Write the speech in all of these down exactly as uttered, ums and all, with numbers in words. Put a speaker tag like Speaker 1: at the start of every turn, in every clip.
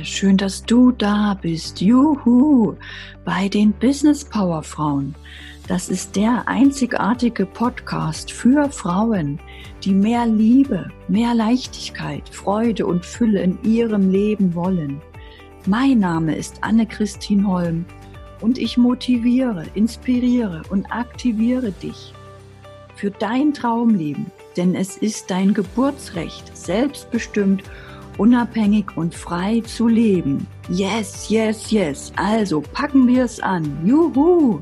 Speaker 1: schön, dass du da bist. Juhu, bei den Business Power Frauen. Das ist der einzigartige Podcast für Frauen, die mehr Liebe, mehr Leichtigkeit, Freude und Fülle in ihrem Leben wollen. Mein Name ist Anne-Christine Holm und ich motiviere, inspiriere und aktiviere dich für dein Traumleben, denn es ist dein Geburtsrecht, selbstbestimmt, unabhängig und frei zu leben. Yes, yes, yes. Also packen wir es an. Juhu!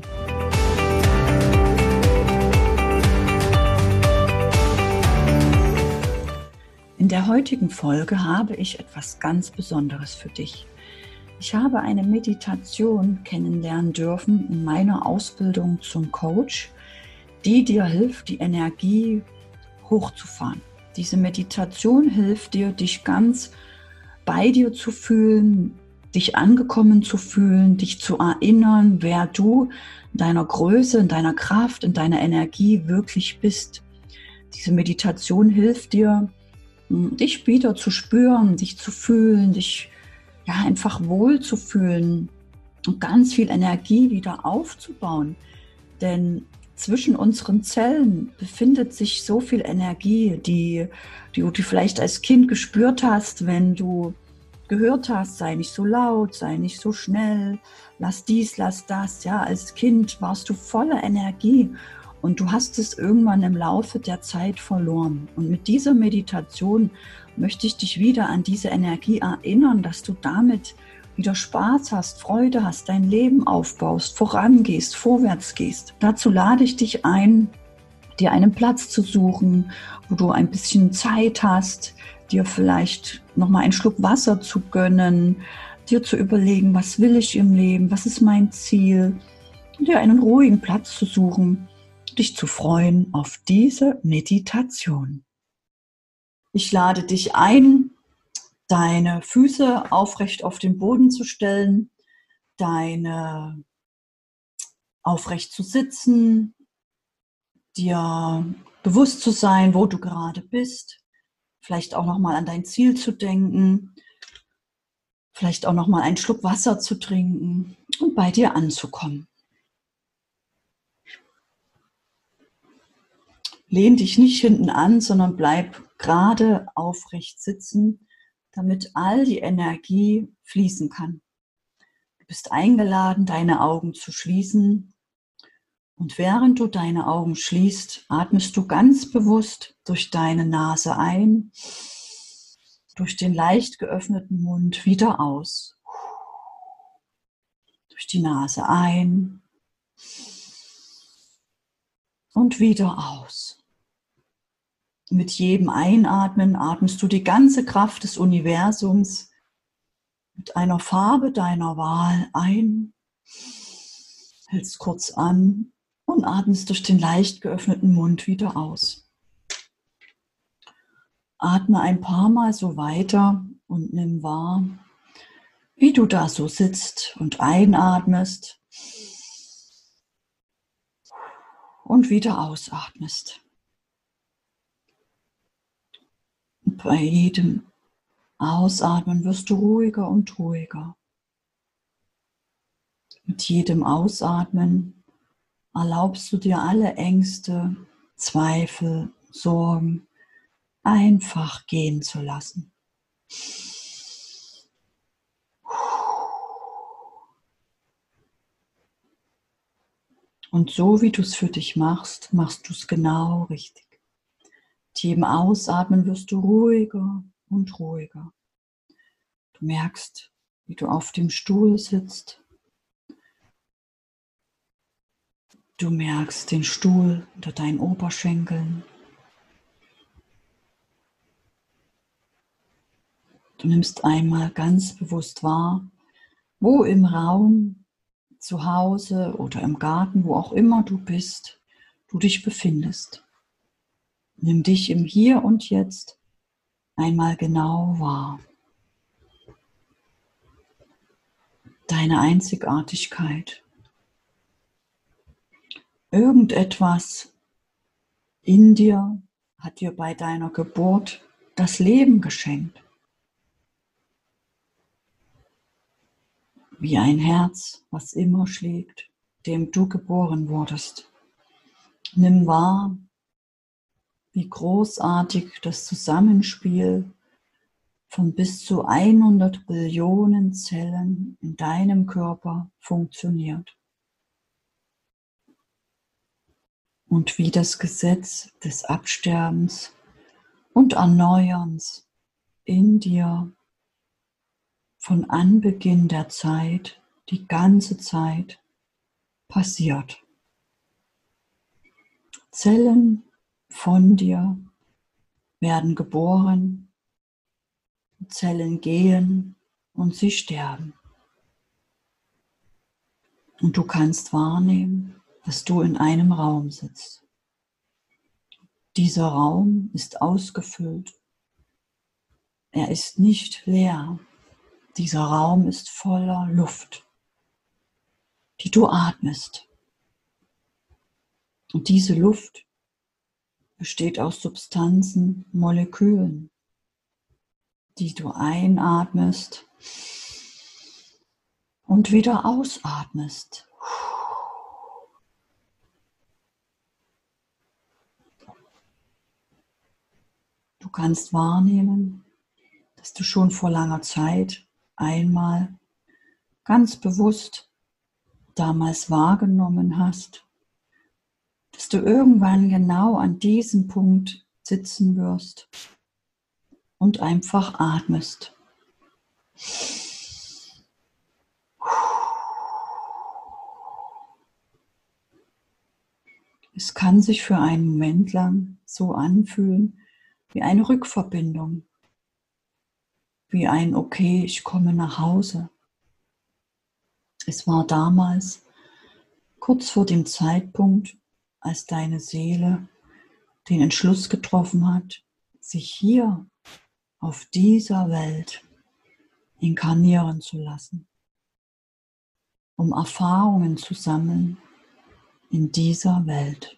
Speaker 1: In der heutigen Folge habe ich etwas ganz Besonderes für dich. Ich habe eine Meditation kennenlernen dürfen in meiner Ausbildung zum Coach, die dir hilft, die Energie hochzufahren. Diese Meditation hilft dir, dich ganz bei dir zu fühlen, dich angekommen zu fühlen, dich zu erinnern, wer du in deiner Größe, in deiner Kraft, in deiner Energie wirklich bist. Diese Meditation hilft dir, dich wieder zu spüren, dich zu fühlen, dich ja einfach wohl zu fühlen und ganz viel Energie wieder aufzubauen. Denn zwischen unseren Zellen befindet sich so viel Energie, die, die du vielleicht als Kind gespürt hast, wenn du gehört hast, sei nicht so laut, sei nicht so schnell, lass dies, lass das. Ja, als Kind warst du voller Energie und du hast es irgendwann im Laufe der Zeit verloren. Und mit dieser Meditation möchte ich dich wieder an diese Energie erinnern, dass du damit wieder Spaß hast, Freude hast, dein Leben aufbaust, vorangehst, vorwärts gehst. Dazu lade ich dich ein, dir einen Platz zu suchen, wo du ein bisschen Zeit hast, dir vielleicht nochmal einen Schluck Wasser zu gönnen, dir zu überlegen, was will ich im Leben, was ist mein Ziel, und dir einen ruhigen Platz zu suchen, dich zu freuen auf diese Meditation. Ich lade dich ein, deine Füße aufrecht auf den Boden zu stellen, deine aufrecht zu sitzen, dir bewusst zu sein, wo du gerade bist, vielleicht auch nochmal an dein Ziel zu denken, vielleicht auch nochmal einen Schluck Wasser zu trinken und bei dir anzukommen. Lehn dich nicht hinten an, sondern bleib gerade aufrecht sitzen, damit all die Energie fließen kann. Du bist eingeladen, deine Augen zu schließen. Und während du deine Augen schließt, atmest du ganz bewusst durch deine Nase ein, durch den leicht geöffneten Mund wieder aus. Durch die Nase ein und wieder aus. Mit jedem Einatmen atmest du die ganze Kraft des Universums mit einer Farbe deiner Wahl ein, hältst kurz an und atmest durch den leicht geöffneten Mund wieder aus. Atme ein paar Mal so weiter und nimm wahr, wie du da so sitzt und einatmest und wieder ausatmest. Und bei jedem Ausatmen wirst du ruhiger und ruhiger. Mit jedem Ausatmen erlaubst du dir alle Ängste, Zweifel, Sorgen einfach gehen zu lassen. Und so wie du es für dich machst, machst du es genau richtig. Mit jedem Ausatmen wirst du ruhiger und ruhiger. Du merkst, wie du auf dem Stuhl sitzt. Du merkst den Stuhl unter deinen Oberschenkeln. Du nimmst einmal ganz bewusst wahr, wo im Raum, zu Hause oder im Garten, wo auch immer du bist, du dich befindest. Nimm dich im Hier und Jetzt einmal genau wahr. Deine Einzigartigkeit. Irgendetwas in dir hat dir bei deiner Geburt das Leben geschenkt. wie ein Herz, was immer schlägt, dem du geboren wurdest. Nimm wahr, wie großartig das Zusammenspiel von bis zu hundert Billionen Zellen in deinem Körper funktioniert. Und wie das Gesetz des Absterbens und Erneuerns in dir von Anbeginn der Zeit, die ganze Zeit passiert. Zellen von dir werden geboren, Zellen gehen und sie sterben. Und du kannst wahrnehmen, dass du in einem Raum sitzt. Dieser Raum ist ausgefüllt. Er ist nicht leer. Dieser Raum ist voller Luft, die du atmest. Und diese Luft besteht aus Substanzen, Molekülen, die du einatmest und wieder ausatmest. Du kannst wahrnehmen, dass du schon vor langer Zeit einmal ganz bewusst damals wahrgenommen hast, dass du irgendwann genau an diesem Punkt sitzen wirst und einfach atmest. Es kann sich für einen Moment lang so anfühlen wie eine Rückverbindung, wie ein Okay, ich komme nach Hause. Es war damals kurz vor dem Zeitpunkt, als deine Seele den Entschluss getroffen hat, sich hier auf dieser Welt inkarnieren zu lassen, um Erfahrungen zu sammeln in dieser Welt,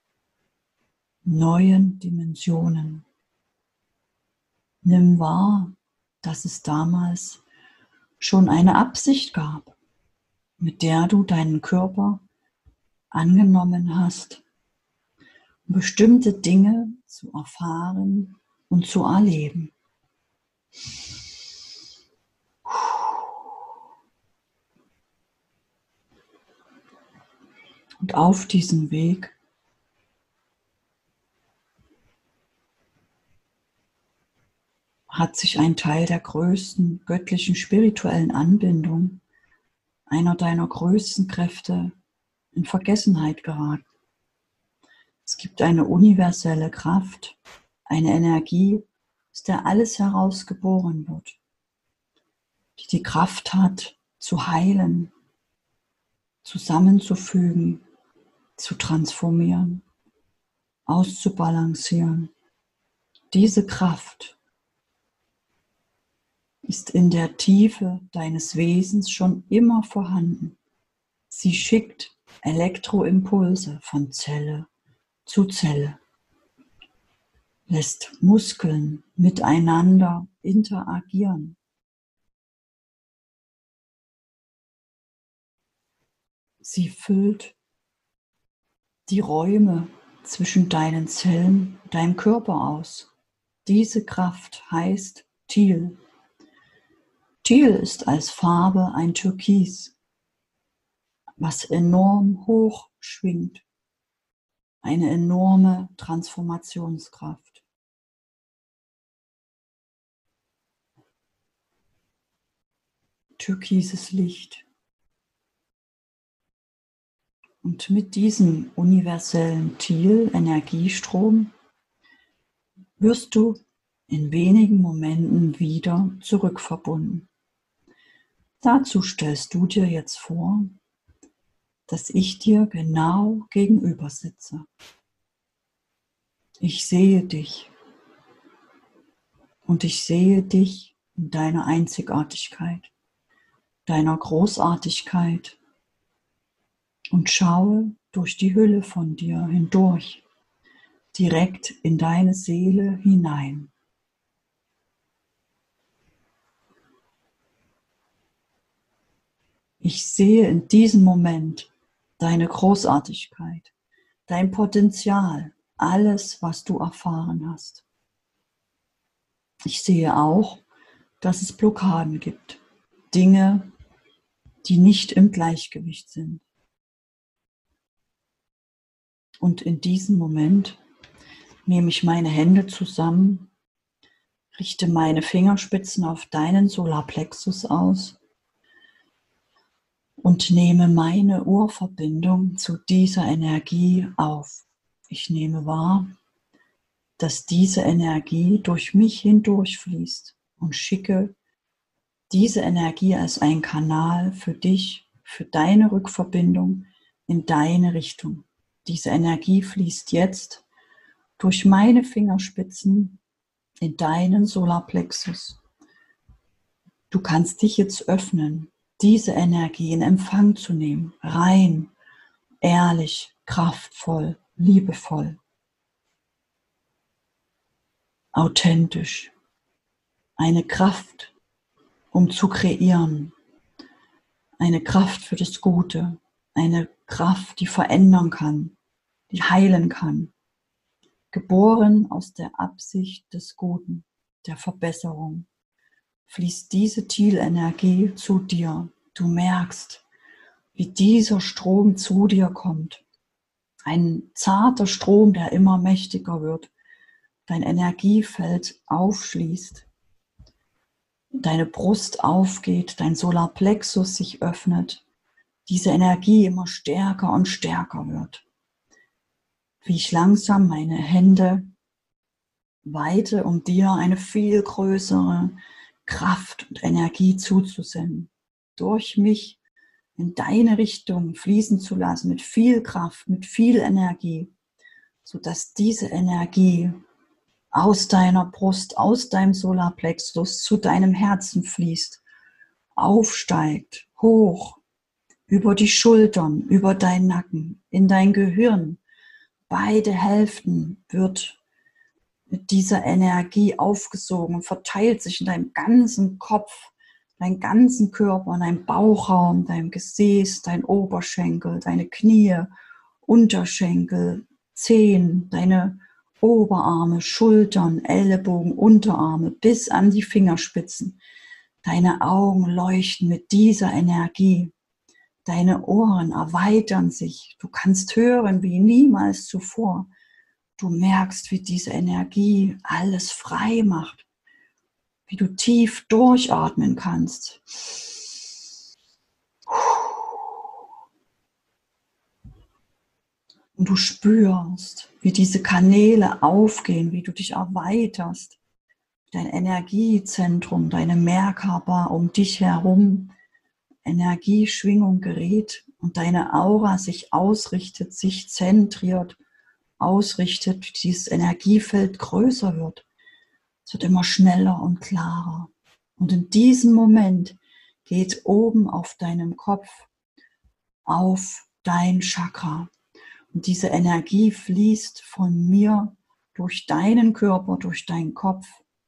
Speaker 1: neuen Dimensionen. Nimm wahr, dass es damals schon eine Absicht gab, mit der du deinen Körper angenommen hast, um bestimmte Dinge zu erfahren und zu erleben. Und auf diesem Weg hat sich ein Teil der größten göttlichen spirituellen Anbindung, einer deiner größten Kräfte, in Vergessenheit geraten. Es gibt eine universelle Kraft, eine Energie, aus der alles herausgeboren wird, die die Kraft hat, zu heilen, zusammenzufügen, zu transformieren, auszubalancieren. Diese Kraft ist in der Tiefe deines Wesens schon immer vorhanden. Sie schickt Elektroimpulse von Zelle zu Zelle, lässt Muskeln miteinander interagieren. Sie füllt die Räume zwischen deinen Zellen, deinem Körper aus. Diese Kraft heißt Teal. Teal ist als Farbe ein Türkis, was enorm hoch schwingt. Eine enorme Transformationskraft. Türkises Licht. Und mit diesem universellen Teal-Energiestrom wirst du in wenigen Momenten wieder zurückverbunden. Dazu stellst du dir jetzt vor, dass ich dir genau gegenüber sitze. Ich sehe dich und ich sehe dich in deiner Einzigartigkeit, deiner Großartigkeit und schaue durch die Hülle von dir hindurch, direkt in deine Seele hinein. Ich sehe in diesem Moment deine Großartigkeit, dein Potenzial, alles, was du erfahren hast. Ich sehe auch, dass es Blockaden gibt, Dinge, die nicht im Gleichgewicht sind. Und in diesem Moment nehme ich meine Hände zusammen, richte meine Fingerspitzen auf deinen Solarplexus aus und nehme meine Urverbindung zu dieser Energie auf. Ich nehme wahr, dass diese Energie durch mich hindurchfließt und schicke diese Energie als ein Kanal für dich, für deine Rückverbindung in deine Richtung. Diese Energie fließt jetzt durch meine Fingerspitzen in deinen Solarplexus. Du kannst dich jetzt öffnen, diese Energie in Empfang zu nehmen, rein, ehrlich, kraftvoll, liebevoll, authentisch. Eine Kraft, um zu kreieren, eine Kraft für das Gute, eine Kraft, die verändern kann, die heilen kann. Geboren aus der Absicht des Guten, der Verbesserung, fließt diese Thielenergie zu dir. Du merkst, wie dieser Strom zu dir kommt. Ein zarter Strom, der immer mächtiger wird. Dein Energiefeld aufschließt. Deine Brust aufgeht, dein Solarplexus sich öffnet. Diese Energie immer stärker und stärker wird. Wie ich langsam meine Hände weite, um dir eine viel größere Kraft und Energie zuzusenden. Durch mich in deine Richtung fließen zu lassen, mit viel Kraft, mit viel Energie, sodass diese Energie aus deiner Brust, aus deinem Solarplexus zu deinem Herzen fließt, aufsteigt, hoch, über die Schultern, über deinen Nacken, in dein Gehirn. Beide Hälften wird mit dieser Energie aufgesogen und verteilt sich in deinem ganzen Kopf, deinen ganzen Körper, in deinem Bauchraum, deinem Gesäß, dein Oberschenkel, deine Knie, Unterschenkel, Zehen, deine Oberarme, Schultern, Ellenbogen, Unterarme bis an die Fingerspitzen. Deine Augen leuchten mit dieser Energie. Deine Ohren erweitern sich. Du kannst hören wie niemals zuvor. Du merkst, wie diese Energie alles frei macht. Wie du tief durchatmen kannst. Und du spürst, wie diese Kanäle aufgehen, wie du dich erweiterst. Dein Energiezentrum, deine Merkaba um dich herum, Energieschwingung gerät und deine Aura sich ausrichtet, sich zentriert, ausrichtet, dieses Energiefeld größer wird. Es wird immer schneller und klarer. Und in diesem Moment geht oben auf deinem Kopf auf dein Chakra. Und diese Energie fließt von mir durch deinen Körper, durch deinen Kopf,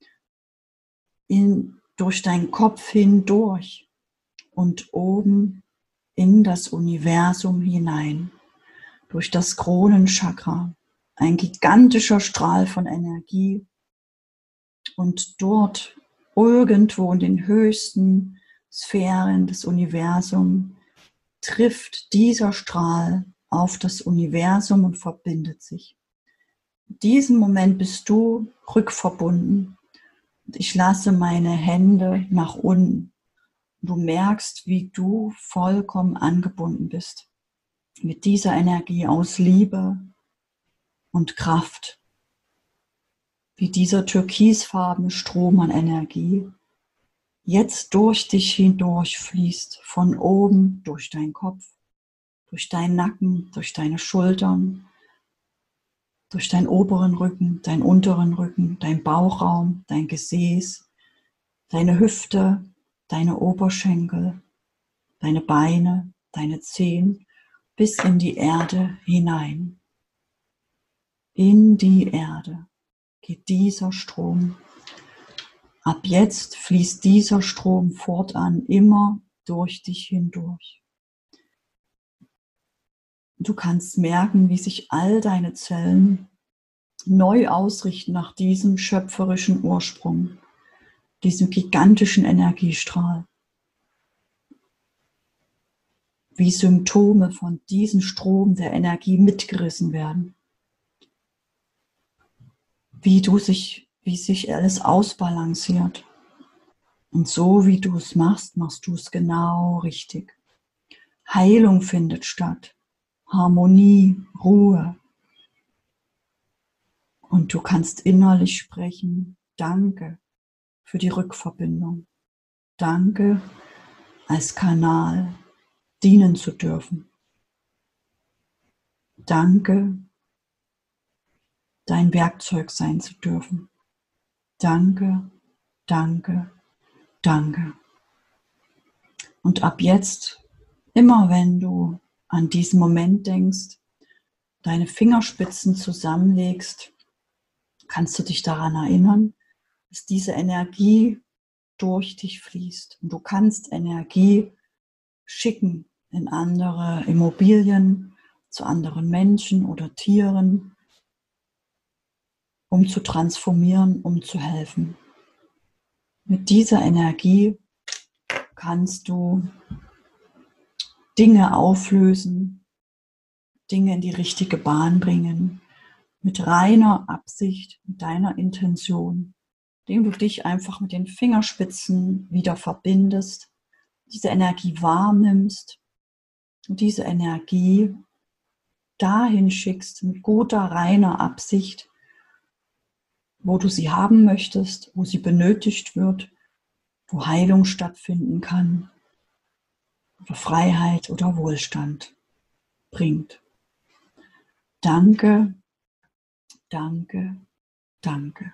Speaker 1: in, durch deinen Kopf hindurch und oben in das Universum hinein, durch das Kronenchakra. Ein gigantischer Strahl von Energie. Und dort irgendwo in den höchsten Sphären des Universums trifft dieser Strahl auf das Universum und verbindet sich. In diesem Moment bist du rückverbunden. Und ich lasse meine Hände nach unten. Du merkst, wie du vollkommen angebunden bist. Mit dieser Energie aus Liebe und Kraft. Wie dieser türkisfarbene Strom an Energie jetzt durch dich hindurch fließt, von oben durch deinen Kopf, durch deinen Nacken, durch deine Schultern, durch deinen oberen Rücken, deinen unteren Rücken, deinen Bauchraum, dein Gesäß, deine Hüfte, deine Oberschenkel, deine Beine, deine Zehen, bis in die Erde hinein. In die Erde geht dieser Strom. Ab jetzt fließt dieser Strom fortan immer durch dich hindurch. Du kannst merken, wie sich all deine Zellen neu ausrichten nach diesem schöpferischen Ursprung, diesem gigantischen Energiestrahl. Wie Symptome von diesem Strom der Energie mitgerissen werden. Wie du sich, wie sich alles ausbalanciert. Und so wie du es machst, machst du es genau richtig. Heilung findet statt. Harmonie, Ruhe. Und du kannst innerlich sprechen, danke für die Rückverbindung. Danke als Kanal dienen zu dürfen. Danke, dein Werkzeug sein zu dürfen. Danke, danke, danke. Und ab jetzt, immer wenn du an diesen Moment denkst, deine Fingerspitzen zusammenlegst, kannst du dich daran erinnern, dass diese Energie durch dich fließt. Und du kannst Energie schicken in andere Immobilien, zu anderen Menschen oder Tieren, um zu transformieren, um zu helfen. Mit dieser Energie kannst du Dinge auflösen, Dinge in die richtige Bahn bringen, mit reiner Absicht, mit deiner Intention, indem du dich einfach mit den Fingerspitzen wieder verbindest, diese Energie wahrnimmst und diese Energie dahin schickst mit guter, reiner Absicht, wo du sie haben möchtest, wo sie benötigt wird, wo Heilung stattfinden kann, oder Freiheit oder Wohlstand bringt. Danke, danke, danke.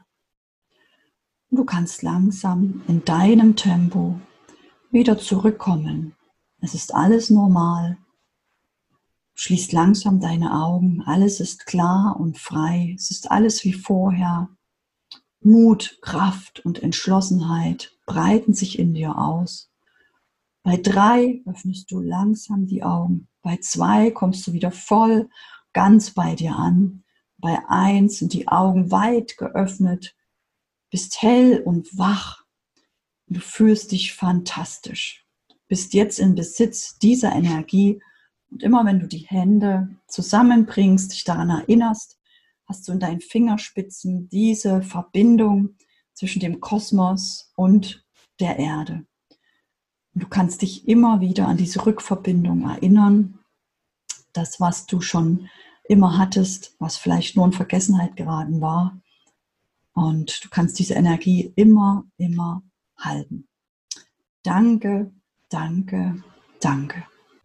Speaker 1: Und du kannst langsam in deinem Tempo wieder zurückkommen. Es ist alles normal. Schließ langsam deine Augen. Alles ist klar und frei. Es ist alles wie vorher. Mut, Kraft und Entschlossenheit breiten sich in dir aus. Bei drei öffnest du langsam die Augen. Bei zwei kommst du wieder voll, ganz bei dir an. Bei eins sind die Augen weit geöffnet, bist hell und wach. Du fühlst dich fantastisch. Du bist jetzt in Besitz dieser Energie. Und immer wenn du die Hände zusammenbringst, dich daran erinnerst, hast du in deinen Fingerspitzen diese Verbindung zwischen dem Kosmos und der Erde. Und du kannst dich immer wieder an diese Rückverbindung erinnern. Das, was du schon immer hattest, was vielleicht nur in Vergessenheit geraten war. Und du kannst diese Energie immer, immer halten. Danke, danke, danke.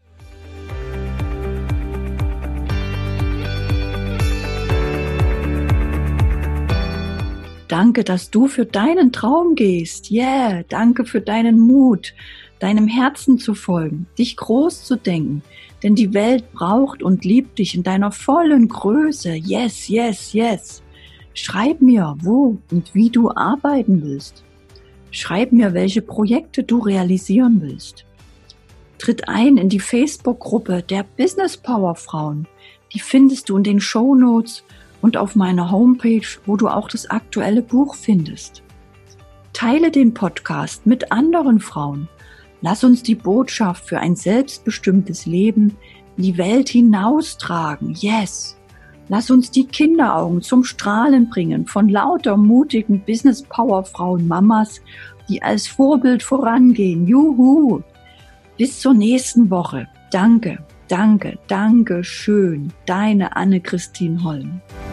Speaker 1: Danke, dass du für deinen Traum gehst. Yeah, danke für deinen Mut, deinem Herzen zu folgen, dich groß zu denken. Denn die Welt braucht und liebt dich in deiner vollen Größe. Yes, yes, yes. Schreib mir, wo und wie du arbeiten willst. Schreib mir, welche Projekte du realisieren willst. Tritt ein in die Facebook-Gruppe der Business Power Frauen. Die findest du in den Shownotes und auf meiner Homepage, wo du auch das aktuelle Buch findest. Teile den Podcast mit anderen Frauen. Lass uns die Botschaft für ein selbstbestimmtes Leben in die Welt hinaustragen. Yes! Lass uns die Kinderaugen zum Strahlen bringen von lauter mutigen Business-Power-Frauen, Mamas, die als Vorbild vorangehen. Juhu! Bis zur nächsten Woche. Danke, danke, danke schön. Deine Anne-Christine Holm.